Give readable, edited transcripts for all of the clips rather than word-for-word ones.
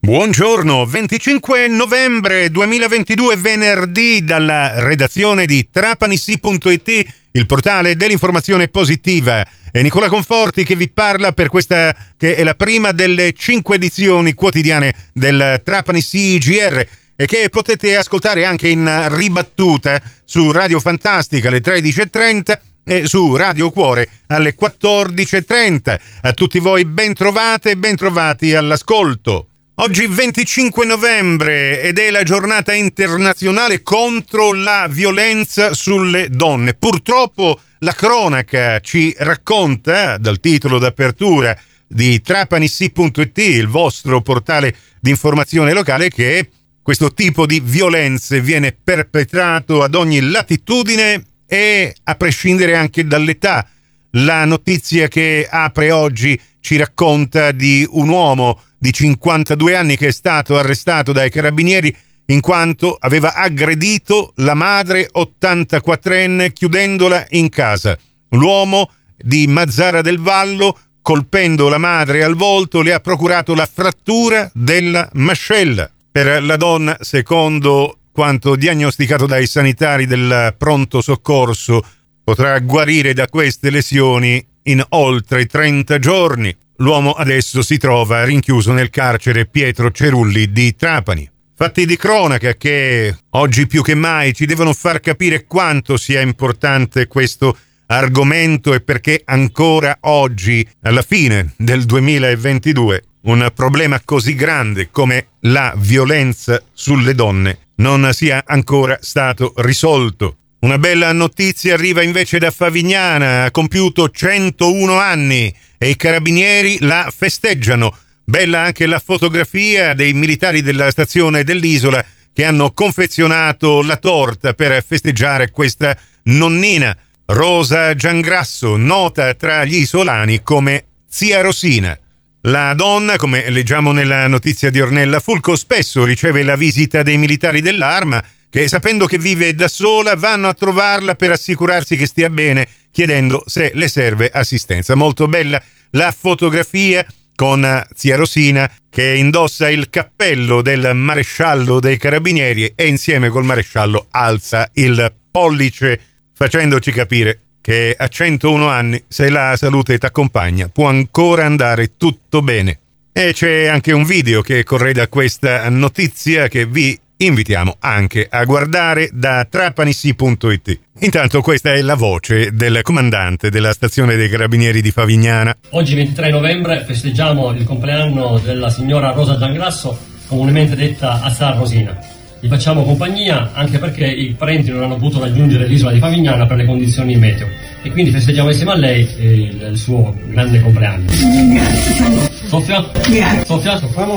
Buongiorno, 25 novembre 2022, venerdì, dalla redazione di Trapanissi.it, il portale dell'informazione positiva. È Nicola Conforti che vi parla per questa che è la prima delle 5 edizioni quotidiane del Trapanissi GR e che potete ascoltare anche in ribattuta su Radio Fantastica alle 13.30 e su Radio Cuore alle 14.30. A tutti voi ben trovate e ben trovati all'ascolto. Oggi 25 novembre ed è la giornata internazionale contro la violenza sulle donne. Purtroppo la cronaca ci racconta, dal titolo d'apertura di Trapanissi.it, il vostro portale di informazione locale, che questo tipo di violenze viene perpetrato ad ogni latitudine e a prescindere anche dall'età. La notizia che apre oggi ci racconta di un uomo di 52 anni che è stato arrestato dai carabinieri in quanto aveva aggredito la madre 84enne chiudendola in casa. L'uomo di Mazzara del Vallo, colpendo la madre al volto, le ha procurato la frattura della mascella. Per la donna, secondo quanto diagnosticato dai sanitari del pronto soccorso, potrà guarire da queste lesioni in oltre 30 giorni. L'uomo adesso si trova rinchiuso nel carcere Pietro Cerulli di Trapani. Fatti di cronaca che oggi più che mai ci devono far capire quanto sia importante questo argomento e perché ancora oggi, alla fine del 2022, un problema così grande come la violenza sulle donne non sia ancora stato risolto. Una bella notizia arriva invece da Favignana, ha compiuto 101 anni e i carabinieri la festeggiano. Bella anche la fotografia dei militari della stazione dell'Isola che hanno confezionato la torta per festeggiare questa nonnina. Rosa Giangrasso, nota tra gli isolani come zia Rosina. La donna, come leggiamo nella notizia di Ornella Fulco, spesso riceve la visita dei militari dell'Arma che, sapendo che vive da sola, vanno a trovarla per assicurarsi che stia bene, chiedendo se le serve assistenza. Molto bella la fotografia con zia Rosina che indossa il cappello del maresciallo dei carabinieri e insieme col maresciallo alza il pollice, facendoci capire che a 101 anni, se la salute t'accompagna, può ancora andare tutto bene. E c'è anche un video che correda questa notizia che vi invitiamo anche a guardare da Trapanissi.it. Intanto questa è la voce del comandante della stazione dei carabinieri di Favignana. Oggi 23 novembre festeggiamo il compleanno della signora Rosa Giangrasso, comunemente detta Zia Rosina. Gli facciamo compagnia anche perché i parenti non hanno potuto raggiungere l'isola di Favignana per le condizioni meteo e quindi festeggiamo insieme a lei il suo grande compleanno. Sofia? Grazie. Sofia, soffriamo?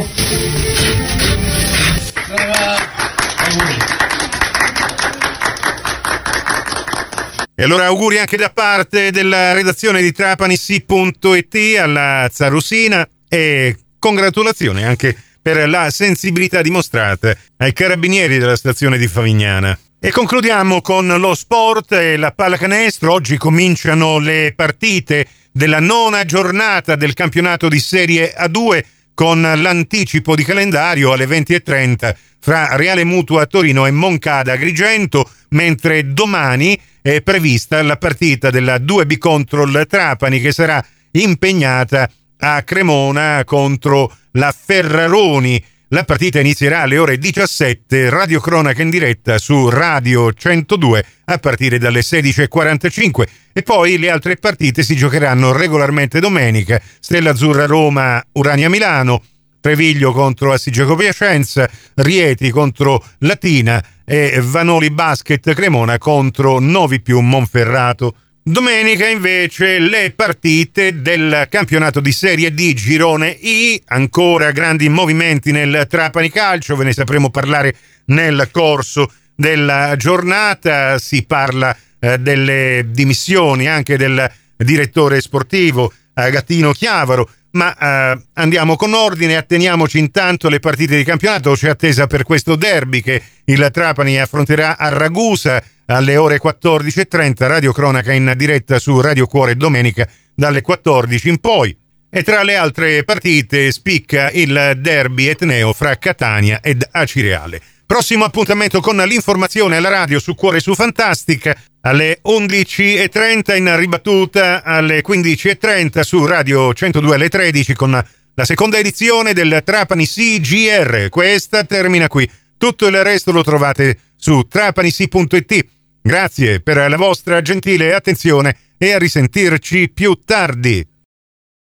E allora auguri anche da parte della redazione di Trapanissi.it alla Zia Rosina e congratulazioni anche per la sensibilità dimostrata ai carabinieri della stazione di Favignana. E concludiamo con lo sport e la pallacanestro. Oggi cominciano le partite della 9ª giornata del campionato di Serie A2 con l'anticipo di calendario alle 20.30 fra Reale Mutua Torino e Moncada Agrigento, mentre domani è prevista la partita della 2B Control Trapani che sarà impegnata a Cremona contro la Ferraroni. La partita inizierà alle ore 17, radiocronaca in diretta su Radio 102 a partire dalle 16.45 e poi le altre partite si giocheranno regolarmente domenica: Stella Azzurra Roma, Urania Milano, Treviglio contro Assigeco Piacenza, Rieti contro Latina e Vanoli Basket Cremona contro Novi Più Monferrato. Domenica invece le partite del campionato di Serie D Girone I, ancora grandi movimenti nel Trapani Calcio, ve ne sapremo parlare nel corso della giornata. Si parla delle dimissioni anche del direttore sportivo Gattino Chiavaro, ma andiamo con ordine, atteniamoci intanto alle partite di campionato. C'è attesa per questo derby che il Trapani affronterà a Ragusa alle ore 14.30, radiocronaca in diretta su Radio Cuore domenica dalle 14 in poi. E tra le altre partite spicca il derby etneo fra Catania ed Acireale. Prossimo appuntamento con l'informazione alla radio su Cuore su Fantastica alle 11.30, in ribattuta alle 15.30 su Radio 102 alle 13 con la seconda edizione del Trapani CGR. Questa termina qui. Tutto il resto lo trovate su trapanisi.it. Grazie per la vostra gentile attenzione e a risentirci più tardi.